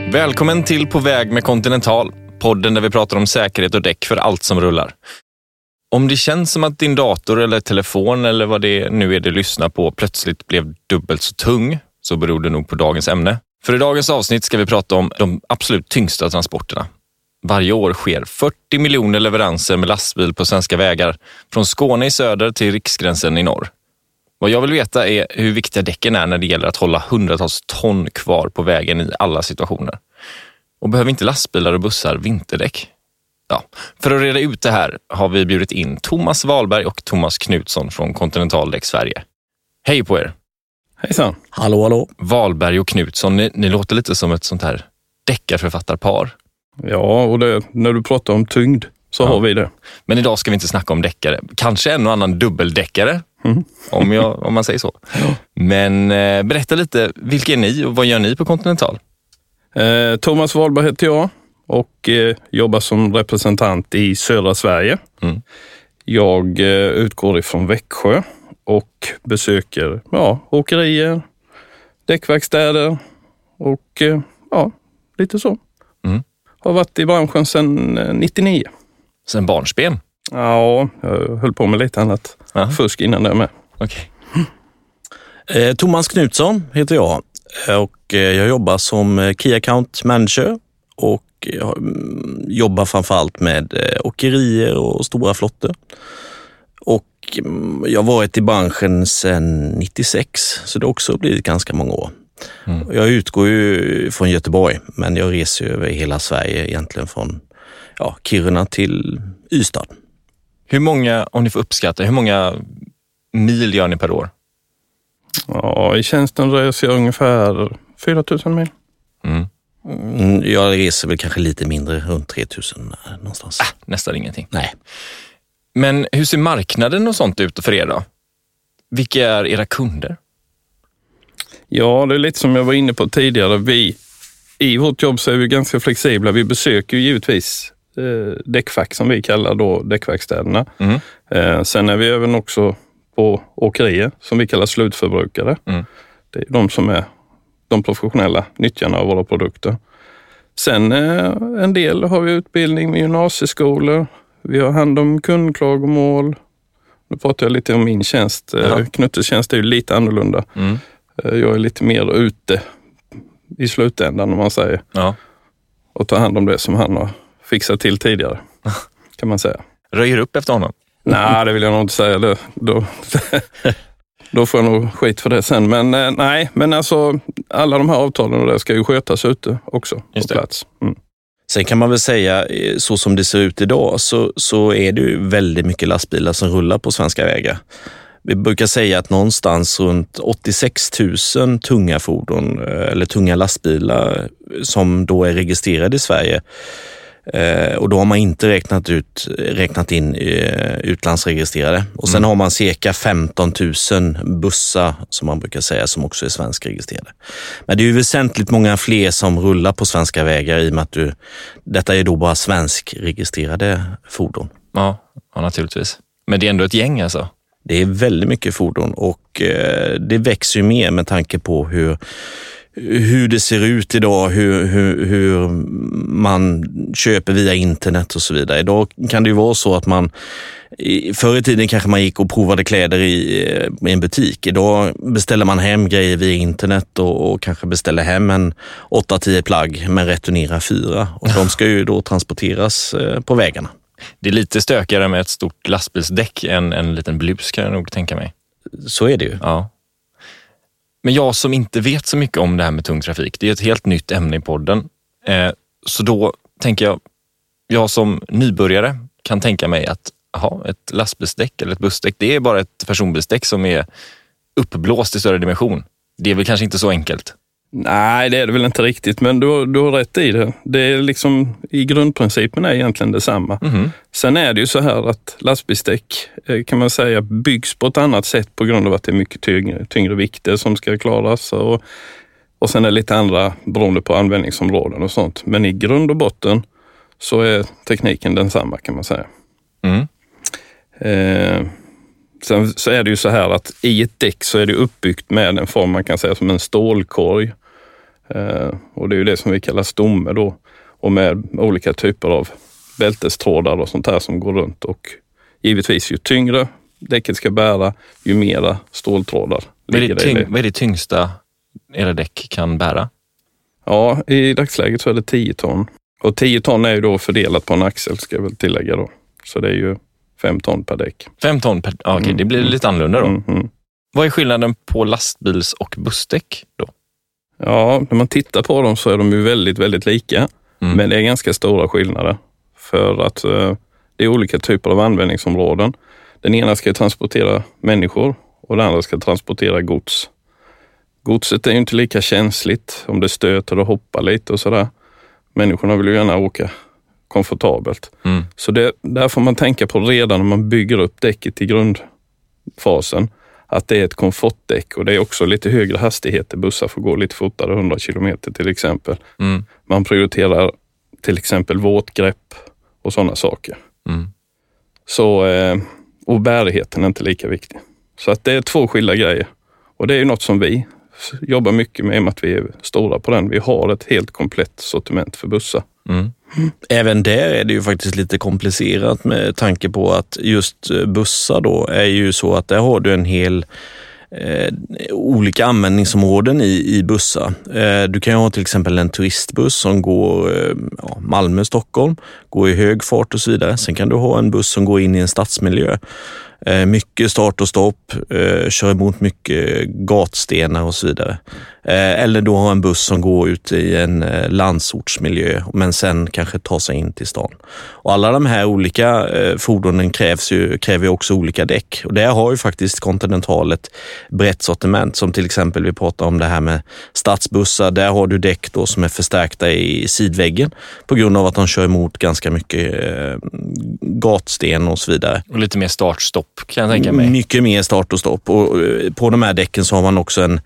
Välkommen till På väg med Continental, podden där vi pratar om säkerhet och däck för allt som rullar. Om det känns som att din dator eller telefon eller vad det nu är du lyssnar på plötsligt blev dubbelt så tung, så beror det nog på dagens ämne. För i dagens avsnitt ska vi prata om de absolut tyngsta transporterna. Varje år sker 40 miljoner leveranser med lastbil på svenska vägar, från Skåne i söder till riksgränsen i norr. Vad jag vill veta är hur viktiga däcken är när det gäller att hålla hundratals ton kvar på vägen i alla situationer. Och behöver inte lastbilar och bussar vinterdäck? Ja, för att reda ut det här har vi bjudit in Thomas Wahlberg och Thomas Knutsson från Continental Däck Sverige. Hej på er! Hejsan! Hallå, hallå! Wahlberg och Knutsson, ni låter lite som ett sånt här däckarförfattarpar. Ja, och när du pratar om tyngd så har vi det. Men idag ska vi inte snacka om däckare. Kanske en och annan dubbeldäckare, om man säger så. Ja. Men berätta lite, vilka är ni och vad gör ni på Continental? Thomas Wahlberg heter jag och jobbar som representant i södra Sverige. Jag utgår ifrån Växjö och besöker åkerier, däckverkstäder och lite så. Har varit i branschen sedan 99. Sen barnsben? Ja, jag höll på med lite annat fusk innan det med. Okej. Thomas Knutsson heter jag och jag jobbar som Key Account Manager och jag jobbar framförallt med åkerier och stora flottor. Och jag har varit i branschen sedan 96, så det har också blivit ganska många år. Jag utgår ju från Göteborg, men jag reser över hela Sverige egentligen från Kiruna till Ystad. Hur många, om ni får uppskatta, hur många mil gör ni per år? Ja, i tjänsten reser jag ungefär 4 000 mil. Jag reser väl kanske lite mindre, runt 3 000 någonstans. Nästan ingenting. Nej. Men hur ser marknaden och sånt ut för er då? Vilka är era kunder? Ja, det är lite som jag var inne på tidigare. I vårt jobb så är vi ganska flexibla. Vi besöker ju givetvis däckfack som vi kallar då däckverkstäderna. Sen är vi även också på åkerier som vi kallar slutförbrukare. Det är de som är de professionella nyttjarna av våra produkter. Sen en del har vi utbildning med gymnasieskolor. Vi har hand om kundklagomål. Nu pratar jag lite om min tjänst. Knuttes tjänst är ju lite annorlunda. Jag är lite mer ute i slutändan om man säger. Ja. Och tar hand om det som han har fixat till tidigare, kan man säga. Röjer upp efter honom? Nej, det vill jag nog inte säga. Då får jag nog skit för det sen. Men nej, men alltså alla de här avtalen och det ska ju skötas ute också på plats. Sen kan man väl säga, så som det ser ut idag så är det ju väldigt mycket lastbilar som rullar på svenska vägar. Vi brukar säga att någonstans runt 86 000 tunga fordon eller tunga lastbilar som då är registrerade i Sverige. Och då har man inte räknat in utlandsregistrerade. Och sen har man cirka 15 000 bussar som man brukar säga som också är svenskregistrerade. Men det är ju väsentligt många fler som rullar på svenska vägar i och med att detta är då bara svenskregistrerade fordon. Ja, naturligtvis. Men det är ändå ett gäng alltså? Det är väldigt mycket fordon och det växer ju mer med tanke på hur det ser ut idag, hur man köper via internet och så vidare. Idag kan det ju vara så att förr i tiden kanske man gick och provade kläder i en butik. Idag beställer man hem grejer via internet och kanske beställer hem en 8-10 plagg men returnerar 4. Och de ska ju då transporteras på vägarna. Det är lite stökigare med ett stort lastbilsdäck än en liten blus, kan jag nog tänka mig. Så är det ju. Ja. Men jag som inte vet så mycket om det här med tung trafik, det är ett helt nytt ämne i podden. Så då tänker jag som nybörjare kan tänka mig att ett lastbilsdäck eller ett bussdäck, det är bara ett personbilsdäck som är uppblåst i större dimension. Det är väl kanske inte så enkelt. Nej, det är det väl inte riktigt, men du har rätt i det. Det är liksom, i grundprincipen är egentligen detsamma. Sen är det ju så här att lastbilsdäck kan man säga byggs på ett annat sätt på grund av att det är mycket tyngre vikter som ska klaras och sen är det lite andra beroende på användningsområden och sånt. Men i grund och botten så är tekniken densamma, kan man säga. Sen så är det ju så här att i ett däck så är det uppbyggt med en form man kan säga som en stålkorg. Och det är ju det som vi kallar stomme då. Och med olika typer av bältestrådar och sånt här som går runt. Och givetvis ju tyngre däcket ska bära, ju mera ståltrådar. Vad är det tyngsta era däck kan bära? Ja, i dagsläget så är det 10 ton. Och 10 ton är ju då fördelat på en axel, ska jag väl tillägga då. Så det är ju 5 ton per däck. 5 ton per... Okej, det blir lite annorlunda då. Vad är skillnaden på lastbils- och bussdäck då? Ja, när man tittar på dem så är de ju väldigt, väldigt lika. Men det är ganska stora skillnader. För att det är olika typer av användningsområden. Den ena ska transportera människor och den andra ska transportera gods. Godset är ju inte lika känsligt om det stöter och hoppar lite och sådär. Människorna vill ju gärna åka komfortabelt. Så där får man tänka på redan när man bygger upp däcket i grundfasen att det är ett komfortdäck och det är också lite högre hastigheter. Bussar får gå lite fortare, 100 kilometer till exempel. Man prioriterar till exempel våtgrepp och sådana saker. Så, och bärigheten är inte lika viktig. Så att det är 2 skilda grejer. Och det är ju något som vi jobbar mycket med att vi är stora på den. Vi har ett helt komplett sortiment för bussar. Även där är det ju faktiskt lite komplicerat med tanke på att just bussar då är ju så att där har du en hel olika användningsområden i bussar. Du kan ju ha till exempel en turistbuss som går Malmö-Stockholm, går i hög fart och så vidare. Sen kan du ha en buss som går in i en stadsmiljö. Mycket start och stopp, kör emot mycket gatstenar och så vidare. Eller då ha en buss som går ut i en landsortsmiljö men sen kanske tar sig in till stan. Och alla de här olika fordonen kräver ju också olika däck. Och där har ju faktiskt Continental ett brett sortiment som till exempel vi pratar om det här med stadsbussar. Där har du däck då som är förstärkta i sidväggen på grund av att de kör emot ganska mycket gatsten och så vidare. Och lite mer start-stopp kan jag tänka mig. Mycket mer start och stopp. Och på de här däcken så har man också en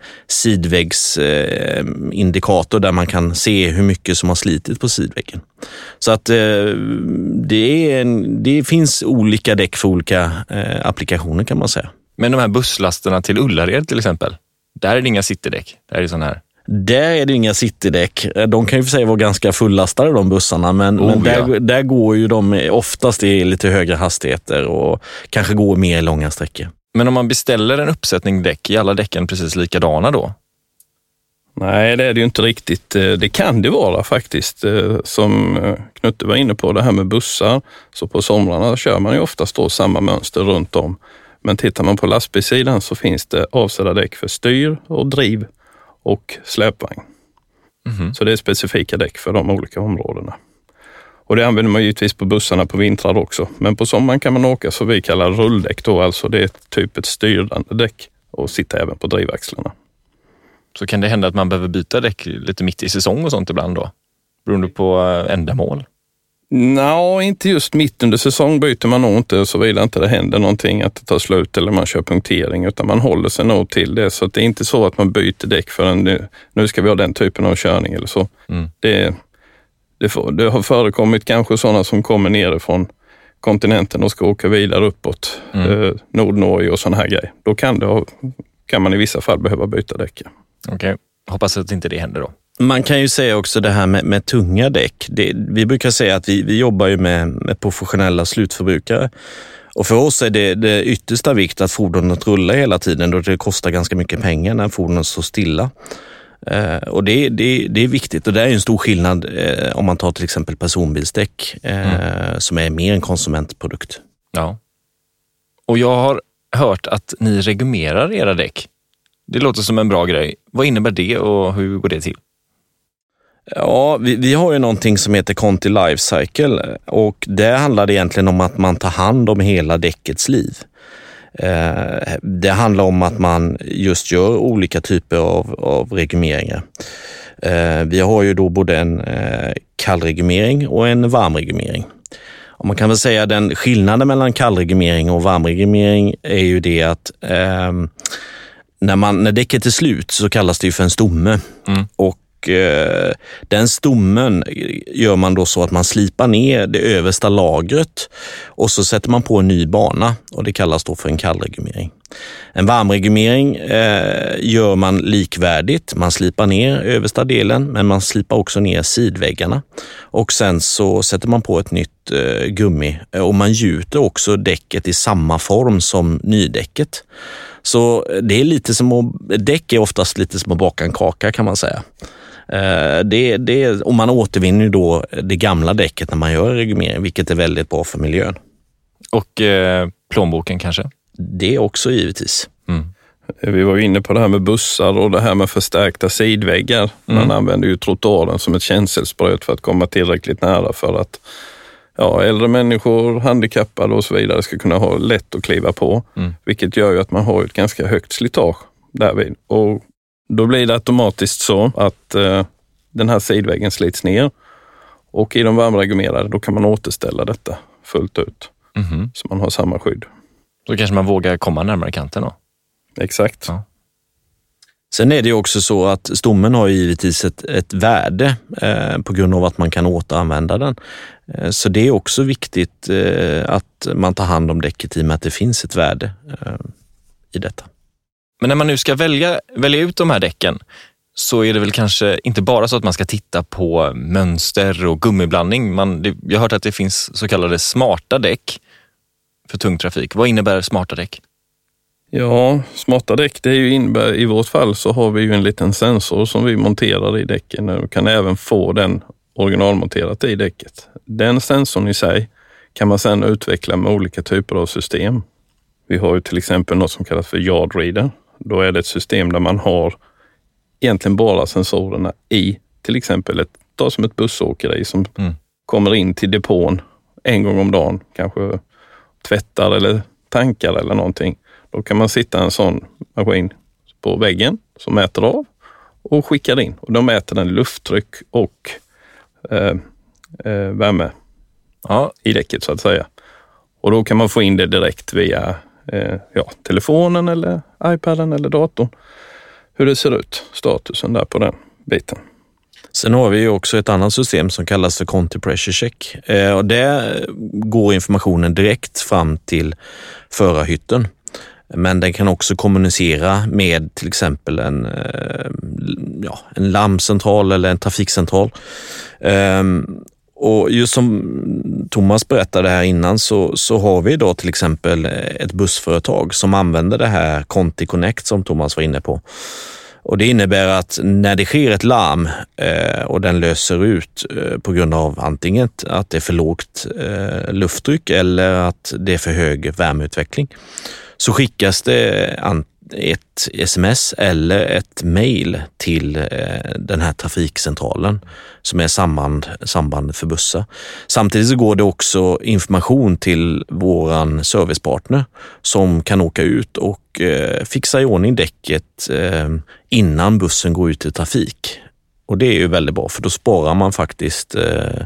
sidväggsindikator där man kan se hur mycket som har slitit på sidväggen. Så att det finns olika däck för olika applikationer kan man säga. Men de här busslasterna till Ullared till exempel, där är det inga sittedäck. Där är det sån här. Där är det inga citydäck. De kan ju för sig vara ganska fullastade de bussarna men där går ju de oftast i lite högre hastigheter och kanske går mer långa sträckor. Men om man beställer en uppsättning däck, är alla däcken precis likadana då? Nej, det är det ju inte riktigt. Det kan det vara faktiskt. Som Knutte var inne på, det här med bussar. Så på somrarna kör man ju oftast då samma mönster runt om. Men tittar man på lastbilssidan så finns det avsedda däck för styr och driv och släpvagn. Så det är specifika däck för de olika områdena. Och det använder man givetvis på bussarna på vintrar också. Men på sommaren kan man åka så vi kallar rulldäck då. Alltså det är typ ett styrande däck och sitta även på drivaxlarna. Så kan det hända att man behöver byta däck lite mitt i säsong och sånt ibland då? Beroende på ändamål? Nej, inte just mitt under säsong byter man nog inte såvida inte det händer någonting att det tar slut eller man kör punktering utan man håller sig nog till det. Så att det är inte så att man byter däck förrän nu ska vi ha den typen av körning eller så. Det har förekommit kanske sådana som kommer ner från kontinenten och ska åka vidare uppåt Nordnorge och sådana här grejer. Då kan man i vissa fall behöva byta däck. Okej, hoppas att inte det händer då. Man kan ju säga också det här med tunga däck. Vi brukar säga att vi jobbar ju med professionella slutförbrukare. Och för oss är det yttersta vikt att fordonet rullar hela tiden då det kostar ganska mycket pengar när fordonet står stilla. Och det är viktigt och det är en stor skillnad om man tar till exempel personbilsdäck som är mer en konsumentprodukt. Ja. Och jag har hört att ni regummerar era däck. Det låter som en bra grej. Vad innebär det och hur går det till? Ja, vi har ju någonting som heter Conti Life Cycle och det handlar egentligen om att man tar hand om hela däckets liv. Det handlar om att man just gör olika typer av regumeringar. Vi har ju då både en kallregumering och en varmregumering. Och man kan väl säga den skillnaden mellan kallregumering och varmregumering är ju det att när däcket är slut så kallas det ju för en stomme. Och den stommen gör man då så att man slipar ner det översta lagret och så sätter man på en ny bana och det kallas då för en kallregumering. En varmregummering gör man likvärdigt. Man slipar ner översta delen, men man slipar också ner sidväggarna. Och sen så sätter man på ett nytt gummi och man gjuter också däcket i samma form som nydäcket. Så det är lite som däck är oftast lite som att baka en kaka, kan man säga. Och man återvinner då det gamla däcket när man gör regummering, vilket är väldigt bra för miljön. Och plånboken kanske? Det också givetvis. Vi var inne på det här med bussar och det här med förstärkta sidväggar. Man använder ju trottoaren som ett känselspröt för att komma tillräckligt nära för att äldre människor, handikappade och så vidare ska kunna ha lätt att kliva på. Vilket gör ju att man har ett ganska högt slitage därvid. Och då blir det automatiskt så att den här sidväggen slits ner. Och i de varmregummerade då kan man återställa detta fullt ut. Så man har samma skydd. Då kanske man vågar komma närmare kanten då? Exakt. Ja. Sen är det ju också så att stommen har givetvis ett värde på grund av att man kan återanvända den. Så det är också viktigt att man tar hand om däcket i och med att det finns ett värde i detta. Men när man nu ska välja ut de här däcken så är det väl kanske inte bara så att man ska titta på mönster och gummiblandning. Jag har hört att det finns så kallade smarta däck för tung trafik. Vad innebär smarta däck? Ja, smarta däck, det är ju innebär, i vårt fall så har vi ju en liten sensor som vi monterar i däcken och kan även få den originalmonterat i däcket. Den sensorn i sig kan man sedan utveckla med olika typer av system. Vi har ju till exempel något som kallas för yard reader. Då är det ett system där man har egentligen bara sensorerna i till exempel som ett bussåkeri som kommer in till depån en gång om dagen, kanske tvättar eller tankar eller någonting. Då kan man sitta en sån maskin på väggen som mäter av och skickar in. Och de mäter den lufttryck och värme i däcket så att säga. Och då kan man få in det direkt via telefonen eller iPaden eller datorn. Hur det ser ut, statusen där på den biten. Sen har vi ju också ett annat system som kallas för Conti Pressure Check. Och där går informationen direkt fram till förarhytten. Men den kan också kommunicera med till exempel en larmcentral eller en trafikcentral. Och just som Thomas berättade här innan så har vi då till exempel ett bussföretag som använder det här Conti Connect som Thomas var inne på. Och det innebär att när det sker ett larm och den löser ut på grund av antingen att det är för lågt lufttryck eller att det är för hög värmeutveckling, så skickas det ett sms eller ett mejl till den här trafikcentralen som är samband för bussar. Samtidigt så går det också information till våran servicepartner som kan åka ut och fixa i ordning däcket innan bussen går ut i trafik. Och det är ju väldigt bra, för då sparar man faktiskt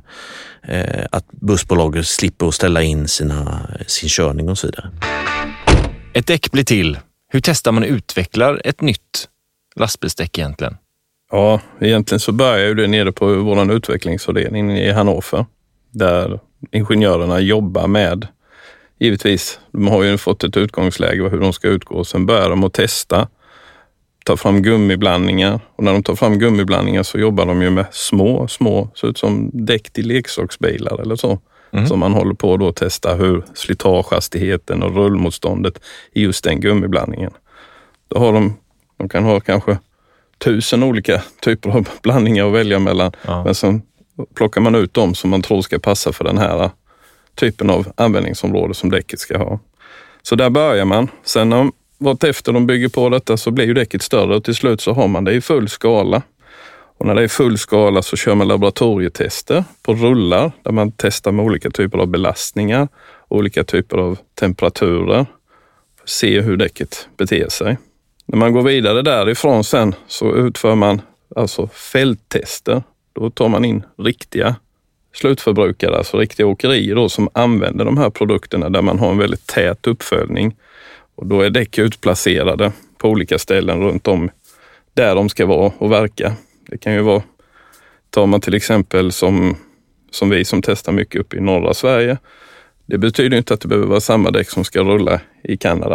att bussbolaget slipper att ställa in sin körning och så vidare. Ett däck blir till. Hur testar man och utvecklar ett nytt lastbilsdäck egentligen? Ja, egentligen så börjar ju det nere på vår utvecklingsavdelning i Hannover. Där ingenjörerna jobbar med, givetvis, de har ju fått ett utgångsläge hur de ska utgå. Sen börjar de att testa, ta fram gummiblandningar. Och när de tar fram gummiblandningar så jobbar de ju med små, ser ut som däck till leksaksbilar eller så. Som man håller på då att testa hur slitagehastigheten och rullmotståndet i just den gummiblandningen. Då har de kan ha kanske 1000 olika typer av blandningar att välja mellan. Ja. Men sen plockar man ut dem som man tror ska passa för den här typen av användningsområde som däcket ska ha. Så där börjar man. Sen vart efter de bygger på detta så blir ju däcket större och till slut så har man det i full skala. Och när det är full skala så kör man laboratorietester på rullar där man testar med olika typer av belastningar, olika typer av temperaturer, för att se hur däcket beter sig. När man går vidare därifrån sen så utför man alltså fälttester. Då tar man in riktiga slutförbrukare, alltså riktiga åkerier då, som använder de här produkterna där man har en väldigt tät uppföljning. Och då är däck utplacerade på olika ställen runt om där de ska vara och verka. Det kan ju vara, tar man till exempel som vi som testar mycket upp i norra Sverige. Det betyder inte att det behöver vara samma däck som ska rulla i Kanada.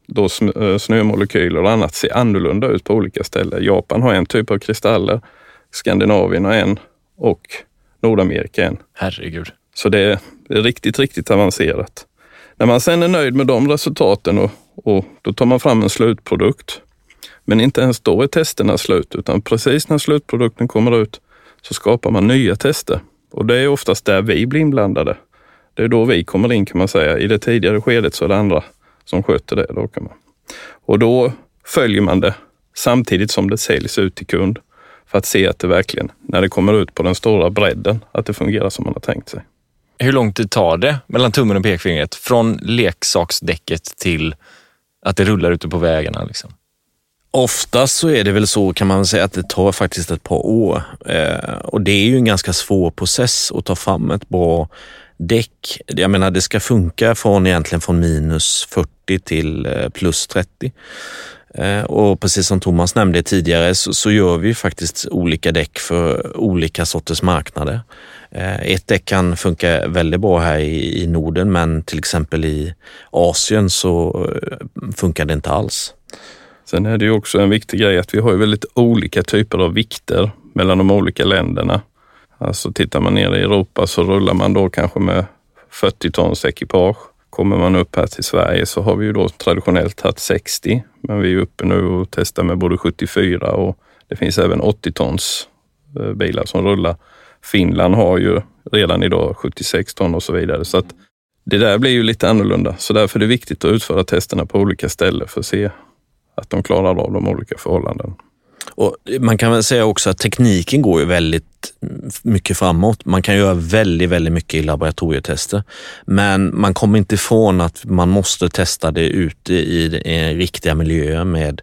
då snömolekyler och annat ser annorlunda ut på olika ställen. Japan har en typ av kristaller, Skandinavien har en och Nordamerika en. Herregud. Så det är riktigt, riktigt avancerat. När man sen är nöjd med de resultaten och då tar man fram en slutprodukt. Men inte ens då är testerna slut, utan precis när slutprodukten kommer ut så skapar man nya tester. Och det är oftast där vi blir inblandade. Det är då vi kommer in, kan man säga. I det tidigare skedet så är det andra som sköter det. Då kan man. Och då följer man det samtidigt som det säljs ut till kund för att se att det verkligen, när det kommer ut på den stora bredden, att det fungerar som man har tänkt sig. Hur lång tid tar det mellan tummen och pekfingret från leksaksdäcket till att det rullar ute på vägarna liksom? Oftast så är det väl så, kan man säga, att det tar faktiskt ett par år. Och det är ju en ganska svår process att ta fram ett bra däck. Jag menar, det ska funka egentligen från minus 40 till plus 30. Och precis som Thomas nämnde tidigare så gör vi faktiskt olika däck för olika sorters marknader. Ett däck kan funka väldigt bra här i Norden, men till exempel i Asien så funkar det inte alls. Sen är det ju också en viktig grej att vi har ju väldigt olika typer av vikter mellan de olika länderna. Alltså tittar man ner i Europa så rullar man då kanske med 40 tons ekipage. Kommer man upp här till Sverige så har vi ju då traditionellt haft 60. Men vi är uppe nu och testar med både 74 och det finns även 80 tons bilar som rullar. Finland har ju redan idag 76 ton och så vidare. Så att det där blir ju lite annorlunda. Så därför är det viktigt att utföra testerna på olika ställen för att se att de klarar av de olika förhållanden. Och man kan väl säga också att tekniken går ju väldigt mycket framåt. Man kan göra väldigt, väldigt mycket i laboratorietester. Men man kommer inte ifrån att man måste testa det ute i riktiga miljöer med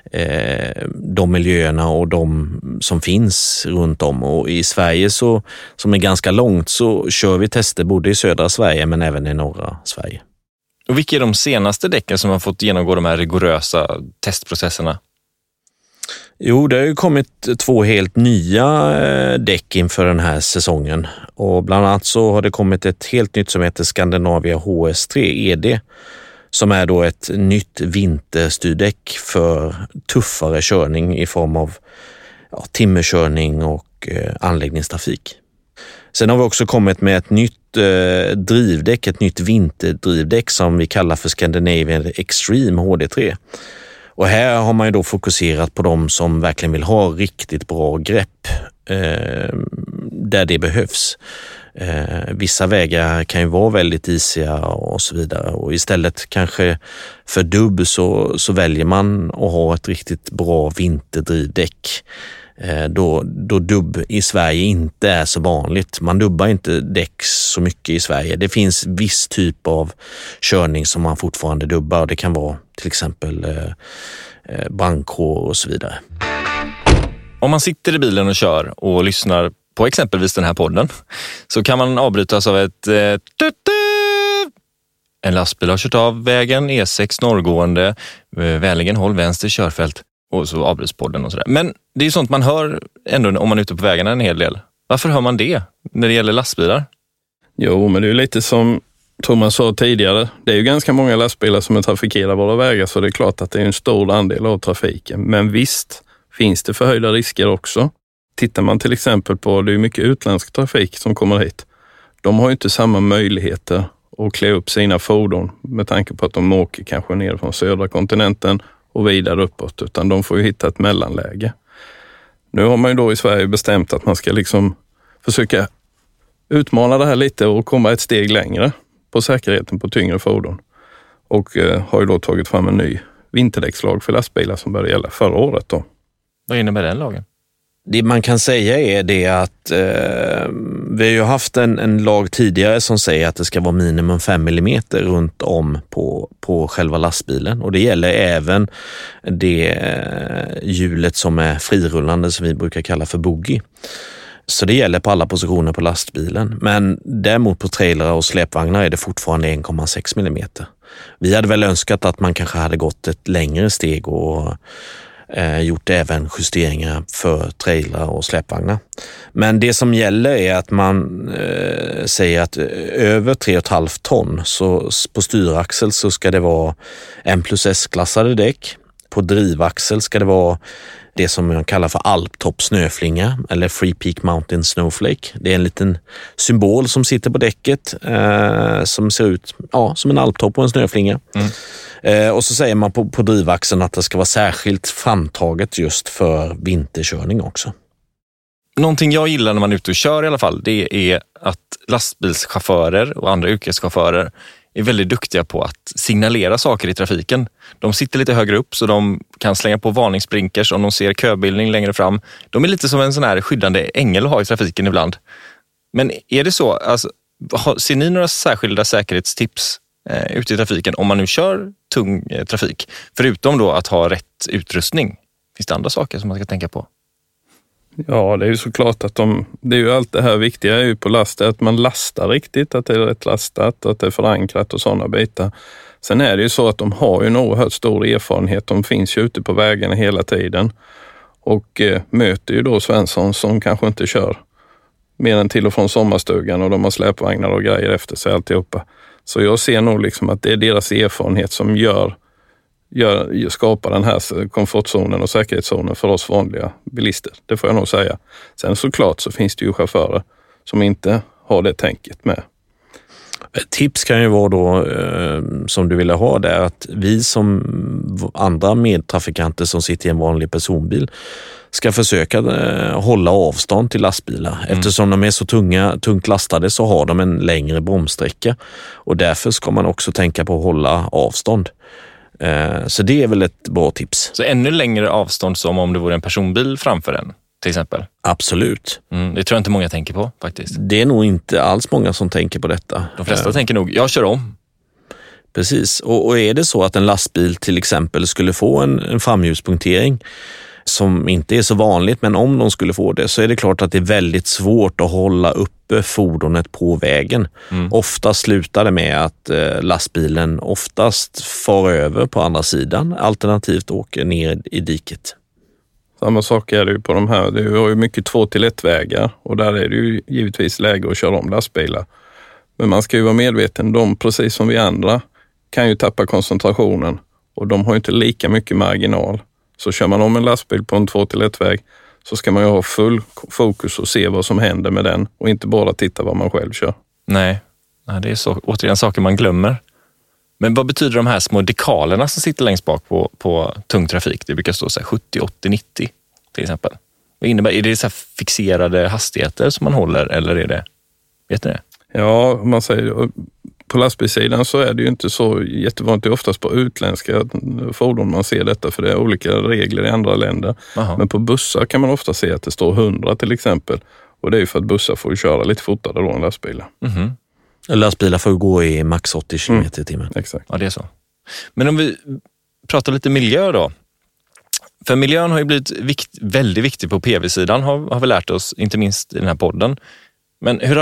de miljöerna och de som finns runt om. Och i Sverige, så, som är ganska långt, så kör vi tester både i södra Sverige men även i norra Sverige. Och vilka är de senaste däcken som har fått genomgå de här rigorösa testprocesserna? Jo, det har ju kommit 2 helt nya däck inför den här säsongen. Och bland annat så har det kommit ett helt nytt som heter Scandinavia HS3 ED. Som är då ett nytt vinterstyrdäck för tuffare körning i form av timmerkörning och anläggningstrafik. Sen har vi också kommit med ett nytt drivdäck, ett nytt vinterdrivdäck som vi kallar för Scandinavian Extreme HD3. Och här har man ju då fokuserat på de som verkligen vill ha riktigt bra grepp där det behövs. Vissa vägar kan ju vara väldigt isiga och så vidare, och istället kanske för dubb så väljer man att ha ett riktigt bra vinterdrivdäck. Då dubb i Sverige inte är så vanligt. Man dubbar inte däck så mycket i Sverige. Det finns viss typ av körning som man fortfarande dubbar. Det kan vara till exempel brandkår och så vidare. Om man sitter i bilen och kör och lyssnar på exempelvis den här podden så kan man avbrytas av ett en lastbil har kört av vägen, E6 norrgående, vänligen håll vänster körfält. Och så avbryts podden och sådär. Men det är ju sånt man hör ändå om man är ute på vägarna en hel del. Varför hör man det när det gäller lastbilar? Jo, men det är ju lite som Thomas sa tidigare. Det är ju ganska många lastbilar som trafikerar våra vägar, så det är klart att det är en stor andel av trafiken. Men visst finns det förhöjda risker också. Tittar man till exempel på, det är mycket utländsk trafik som kommer hit. De har ju inte samma möjligheter att klä upp sina fordon med tanke på att de åker kanske ner från södra kontinenten och vidare uppåt, utan de får ju hitta ett mellanläge. Nu har man ju då i Sverige bestämt att man ska liksom försöka utmana det här lite och komma ett steg längre på säkerheten på tyngre fordon. Och har ju då tagit fram en ny vinterdäckslag för lastbilar som började gälla förra året då. Vad innebär den lagen? Det man kan säga är det att vi har ju haft en lag tidigare som säger att det ska vara minimum 5 mm runt om på själva lastbilen. Och det gäller även det hjulet som är frirullande som vi brukar kalla för bogey. Så det gäller på alla positioner på lastbilen. Men däremot på trailrar och släpvagnar är det fortfarande 1,6 mm. Vi hade väl önskat att man kanske hade gått ett längre steg och gjort även justeringar för trailrar och släpvagnar. Men det som gäller är att man säger att över 3,5 ton, så på styraxel så ska det vara M+S-klassade däck. På drivaxel ska det vara det som man kallar för alptopp snöflinga eller Free Peak Mountain Snowflake. Det är en liten symbol som sitter på däcket som ser ut som en alptopp och en snöflinga. Och så säger man på drivaxeln att det ska vara särskilt framtaget just för vinterkörning också. Någonting jag gillar när man är ute och kör i alla fall, det är att lastbilschaufförer och andra yrkeschaufförer är väldigt duktiga på att signalera saker i trafiken. De sitter lite högre upp så de kan slänga på varningsblinkers om de ser köbildning längre fram. De är lite som en sån här skyddande ängel att ha i trafiken ibland. Men är det så, alltså, ser ni några särskilda säkerhetstips ute i trafiken om man nu kör tung trafik? Förutom då att ha rätt utrustning. Finns det andra saker som man ska tänka på? Ja, det är ju såklart att det är ju allt det här viktiga är ju på last, att man lastar riktigt, att det är rätt lastat och att det är förankrat och sådana bitar. Sen är det ju så att de har ju en oerhört stor erfarenhet. De finns ju ute på vägarna hela tiden och möter ju då Svensson som kanske inte kör mer än till och från sommarstugan och de har släpvagnar och grejer efter sig alltihopa. Så jag ser nog liksom att det är deras erfarenhet som skapar den här komfortzonen och säkerhetszonen för oss vanliga bilister. Det får jag nog säga. Sen såklart så finns det ju chaufförer som inte har det tänket med. Ett tips kan ju vara då, som du ville ha där, att vi som andra medtrafikanter som sitter i en vanlig personbil ska försöka hålla avstånd till lastbilar. Eftersom de är så tungt lastade så har de en längre bromssträcka och därför ska man också tänka på att hålla avstånd. Så det är väl ett bra tips. Så ännu längre avstånd som om det vore en personbil framför en, till exempel? Absolut. Det tror jag inte många tänker på faktiskt. Det är nog inte alls många som tänker på detta. De flesta tänker nog, jag kör om. Precis, och är det så att en lastbil till exempel skulle få en framhjulspunktering som inte är så vanligt, men om de skulle få det så är det klart att det är väldigt svårt att hålla uppe fordonet på vägen. Ofta slutar det med att lastbilen oftast far över på andra sidan, alternativt åker ner i diket. Samma sak är det ju på de här. Det har ju mycket 2-till-1-vägar och där är det ju givetvis läge att köra om lastbilar. Men man ska ju vara medveten, de precis som vi andra kan ju tappa koncentrationen och de har ju inte lika mycket marginal. Så kör man om en lastbil på en 2-till-1-väg så ska man ju ha full fokus och se vad som händer med den och inte bara titta vad man själv kör. Nej, det är så, återigen saker man glömmer. Men vad betyder de här små dekalerna som sitter längst bak på tung trafik? Det brukar stå så här 70, 80, 90 till exempel. Vad innebär, är det så här fixerade hastigheter som man håller eller är det, vet ni det? Ja, man säger på lastbilssidan så är det ju inte så jättevanligt. Det är oftast på utländska fordon man ser detta för det är olika regler i andra länder. Aha. Men på bussar kan man ofta se att det står 100 till exempel. Och det är ju för att bussar får köra lite fortare då än lastbilar. Mm-hmm. Lastbilar får gå i max 80 km i timmen. Exakt. Ja, det är så. Men om vi pratar lite miljö då. För miljön har ju blivit väldigt viktig på PV-sidan har vi lärt oss, inte minst i den här podden. Men hur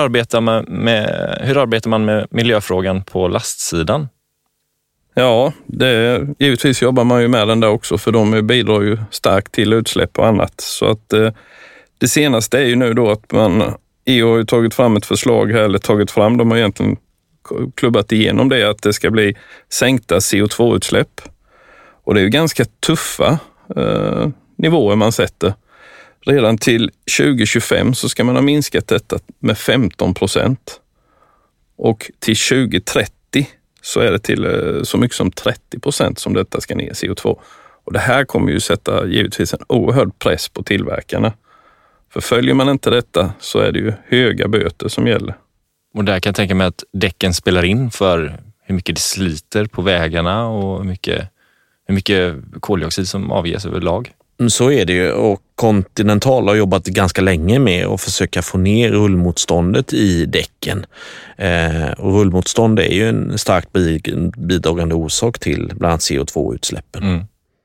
arbetar man med miljöfrågan på lastsidan? Ja, givetvis jobbar man ju med den där också för de bidrar ju starkt till utsläpp och annat. Så att det senaste är ju nu då att EU har ju tagit fram ett förslag här, eller tagit fram, de har egentligen klubbat igenom det, att det ska bli sänkta CO2-utsläpp. Och det är ju ganska tuffa nivåer man sätter. Redan till 2025 så ska man ha minskat detta med 15%. Och till 2030 så är det till så mycket som 30% som detta ska ner CO2. Och det här kommer ju sätta givetvis en oerhörd press på tillverkarna. För följer man inte detta så är det ju höga böter som gäller. Och där kan jag tänka mig att däcken spelar in för hur mycket det sliter på vägarna och hur mycket koldioxid som avges överlag. Så är det ju, och Continental har jobbat ganska länge med att försöka få ner rullmotståndet i däcken. Och rullmotstånd är ju en starkt bidragande orsak till bland annat CO2-utsläppen. Mm.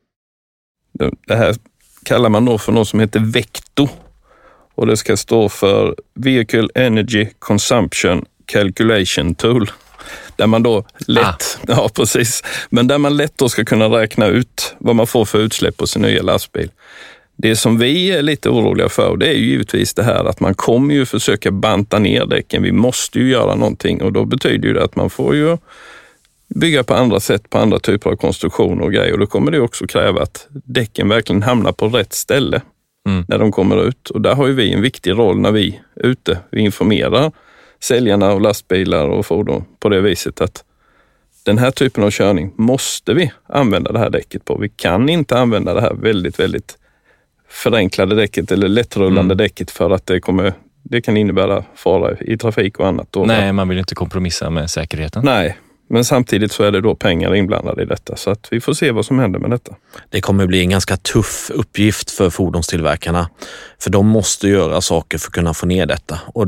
Det här kallar man då för något som heter VECTO. Och det ska stå för Vehicle Energy Consumption Calculation Tool. Där man då lätt, ja precis, men där man lätt då ska kunna räkna ut vad man får för utsläpp på sin nya lastbil. Det som vi är lite oroliga för, det är ju givetvis det här att man kommer ju försöka banta ner däcken. Vi måste ju göra någonting och då betyder ju det att man får ju bygga på andra sätt, på andra typer av konstruktioner och grejer. Och då kommer det också kräva att däcken verkligen hamnar på rätt ställe när de kommer ut. Och där har ju vi en viktig roll när vi är ute. Vi informerar säljarna av lastbilar och fordon på det viset att den här typen av körning måste vi använda det här däcket på. Vi kan inte använda det här väldigt, väldigt förenklade däcket eller lättrullande däcket för att det kan innebära fara i trafik och annat. Nej, man vill inte kompromissa med säkerheten. Nej, men samtidigt så är det då pengar inblandade i detta. Så att vi får se vad som händer med detta. Det kommer bli en ganska tuff uppgift för fordonstillverkarna. För de måste göra saker för att kunna få ner detta. Och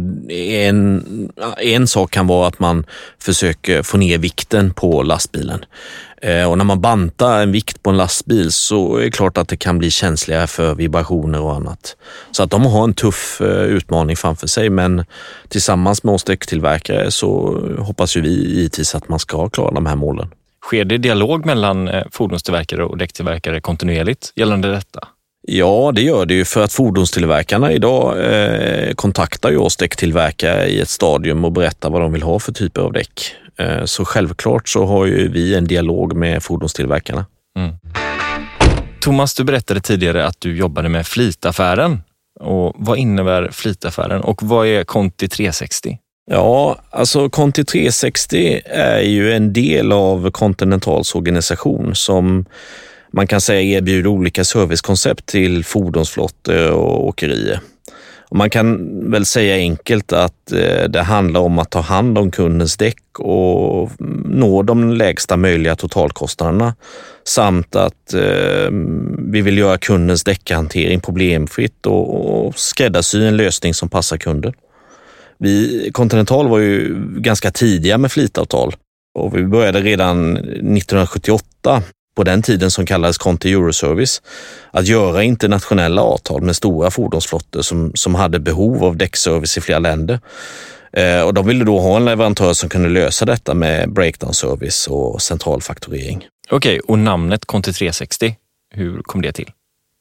en sak kan vara att man försöker få ner vikten på lastbilen. Och när man bantar en vikt på en lastbil så är det klart att det kan bli känsligare för vibrationer och annat. Så att de har en tuff utmaning framför sig, men tillsammans med oss däcktillverkare så hoppas ju vi givetvis att man ska klara de här målen. Sker det dialog mellan fordonstillverkare och däcktillverkare kontinuerligt gällande detta? Ja, det gör det ju, för att fordonstillverkarna idag kontaktar ju oss däcktillverkare i ett stadium och berättar vad de vill ha för typer av däck. Så självklart så har ju vi en dialog med fordonstillverkarna. Thomas, du berättade tidigare att du jobbade med flitaffären. Och vad innebär flitaffären och vad är Conti 360? Ja, alltså Conti 360 är ju en del av Continentals organisation som man kan säga erbjuder olika servicekoncept till fordonsflottor och åkerier. Och man kan väl säga enkelt att det handlar om att ta hand om kundens däck och nå de lägsta möjliga totalkostnaderna samt att vi vill göra kundens däckhantering problemfritt och skräddarsy en lösning som passar kunden. Continental var ju ganska tidiga med flitavtal och vi började redan 1978 på den tiden som kallades Conti Euroservice, att göra internationella avtal med stora fordonsflottor som hade behov av däckservice i flera länder. Och de ville då ha en leverantör som kunde lösa detta med breakdown-service och centralfakturering. Okej, och namnet Conti 360, hur kom det till?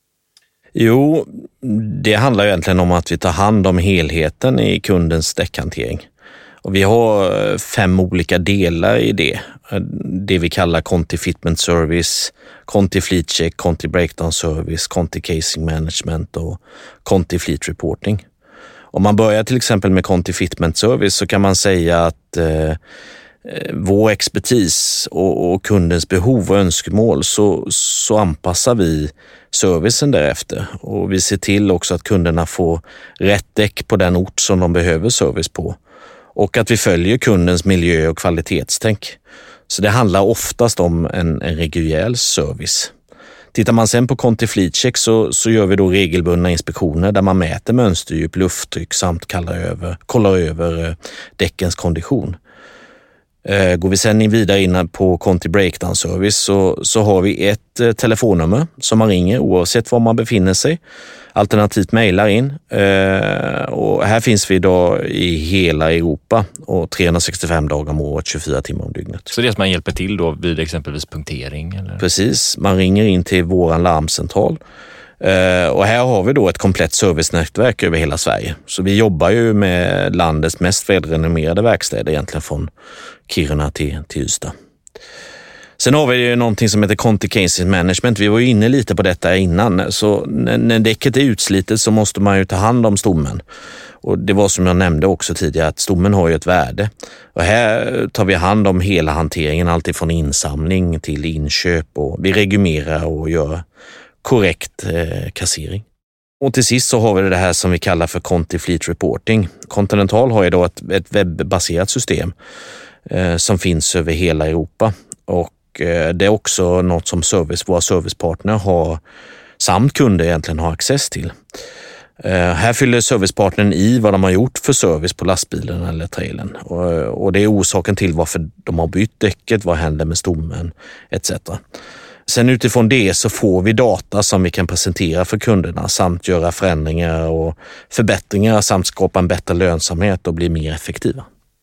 Jo, det handlar egentligen om att vi tar hand om helheten i kundens däckhantering. Och vi har 5 olika delar i det. Det vi kallar Conti Fitment Service, Conti Fleet Check, Conti Breakdown Service, Conti Casing Management och Conti Fleet Reporting. Om man börjar till exempel med Conti Fitment Service så kan man säga att vår expertis och kundens behov och önskemål så anpassar vi servicen därefter. Och vi ser till också att kunderna får rätt däck på den ort som de behöver service på. Och att vi följer kundens miljö- och kvalitetstänk. Så det handlar oftast om en reguljär service. Tittar man sen på Conti Fleet Check så gör vi då regelbundna inspektioner där man mäter mönsterdjup, lufttryck samt kollar över däckens kondition. Går vi sen vidare in på Conti Breakdown Service så har vi ett telefonnummer som man ringer oavsett var man befinner sig. Alternativt mejlar in. Och här finns vi idag i hela Europa och 365 dagar om året, 24 timmar om dygnet. Så det är att man hjälper till då vid exempelvis punktering? Eller? Precis, man ringer in till vår larmcentral. Och här har vi då ett komplett servicenätverk över hela Sverige. Så vi jobbar ju med landets mest välrenommerade verkstäder egentligen från Kiruna till Ystad. Sen har vi ju någonting som heter Conti Casing Management. Vi var ju inne lite på detta innan. Så när däcket är utslitet så måste man ju ta hand om stommen. Och det var som jag nämnde också tidigare att stommen har ju ett värde. Och här tar vi hand om hela hanteringen, allt ifrån insamling till inköp. Och vi regumerar och gör korrekt kassering. Och till sist så har vi det här som vi kallar för Conti Fleet Reporting. Continental har ju då ett webbaserat system som finns över hela Europa. Och det är också något som våra servicepartner har samt kunder egentligen har access till. Här fyller servicepartnern i vad de har gjort för service på lastbilen eller trailern. Och det är orsaken till varför de har bytt däcket, vad händer med stommen etc. Sen utifrån det så får vi data som vi kan presentera för kunderna samt göra förändringar och förbättringar samt skapa en bättre lönsamhet och bli mer effektiva.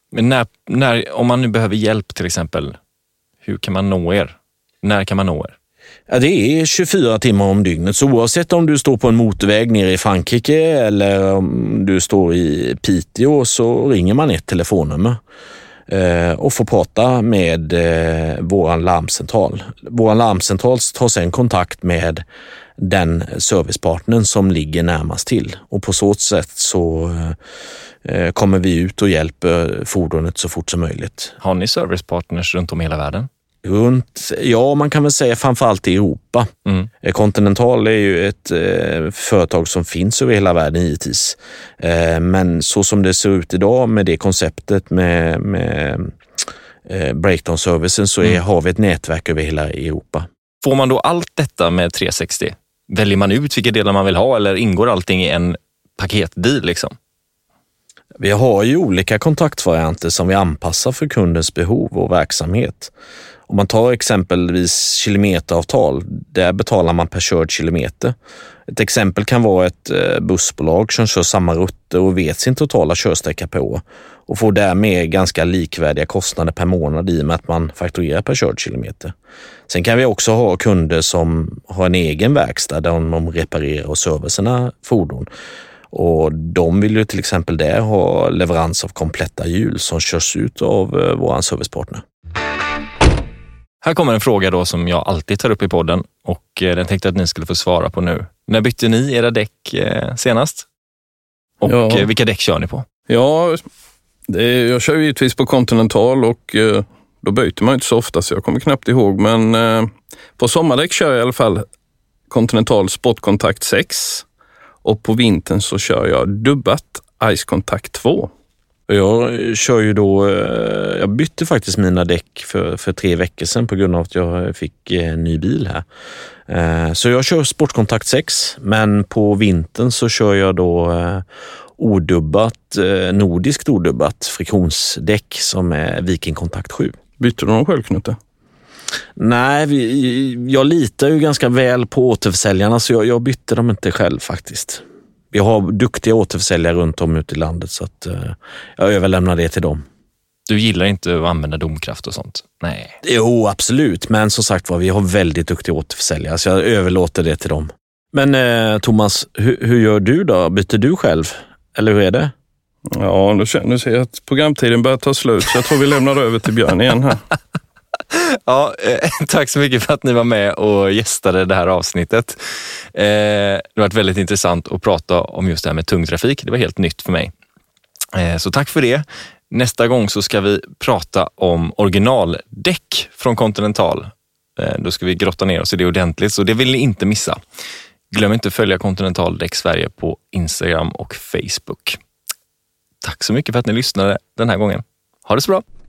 Men om man nu behöver hjälp till exempel, hur kan man nå er? När kan man nå er? Ja, det är 24 timmar om dygnet, så oavsett om du står på en motorväg nere i Frankrike eller om du står i Piteå, så ringer man ett telefonnummer och får prata med vår larmcentral. Vår larmcentral tar sedan kontakt med den servicepartnern som ligger närmast till, och på så sätt så kommer vi ut och hjälper fordonet så fort som möjligt. Har ni servicepartners runt om i hela världen? Ja, man kan väl säga framförallt i Europa. Continental är ju ett företag som finns över hela världen givetvis. Men så som det ser ut idag med det konceptet med breakdown-servicen så har vi ett nätverk över hela Europa. Får man då allt detta med 360? Väljer man ut vilka delar man vill ha eller ingår allting i en paketdeal liksom? Vi har ju olika kontaktvarianter som vi anpassar för kundens behov och verksamhet. Om man tar exempelvis kilometeravtal, där betalar man per körd kilometer. Ett exempel kan vara ett bussbolag som kör samma rutter och vet sin totala körsträcka per år och får därmed ganska likvärdiga kostnader per månad i och med att man fakturerar per körd kilometer. Sen kan vi också ha kunder som har en egen verkstad där de reparerar och servar sina fordon. Och de vill ju till exempel där ha leverans av kompletta hjul som körs ut av vår servicepartner. Här kommer en fråga då som jag alltid tar upp i podden och den tänkte att ni skulle få svara på nu. När bytte ni era däck senast? Och vilka däck kör ni på? Ja, jag kör givetvis på Continental och då byter man inte så ofta så jag kommer knappt ihåg. Men på sommardäck kör jag i alla fall Continental Sport Contact 6 och på vintern så kör jag dubbat Ice Contact 2. Jag kör ju då, jag bytte faktiskt mina däck för 3 veckor sedan på grund av att jag fick en ny bil här. Så jag kör Sportkontakt 6, men på vintern så kör jag då nordiskt odubbat friktionsdäck som är Viking Contact 7. Bytte du någon själv, Knutte? Nej, jag litar ju ganska väl på återförsäljarna så jag bytte dem inte själv faktiskt. Vi har duktiga återförsäljare runt om ute i landet så att jag överlämnar det till dem. Du gillar inte att använda domkraft och sånt? Nej. Jo, absolut. Men som sagt vi har väldigt duktiga återförsäljare så jag överlåter det till dem. Men Thomas, hur gör du då? Byter du själv? Eller hur är det? Ja, nu ser jag att programtiden börjar ta slut så jag tror vi lämnar över till Björn igen här. Ja, tack så mycket för att ni var med och gästade det här avsnittet. Det har varit väldigt intressant att prata om just det här med tungtrafik. Det var helt nytt för mig. Så tack för det. Nästa gång så ska vi prata om originaldäck från Continental. Då ska vi grotta ner oss i det ordentligt, så det vill ni inte missa. Glöm inte att följa Continental Däck Sverige på Instagram och Facebook. Tack så mycket för att ni lyssnade den här gången. Ha det så bra!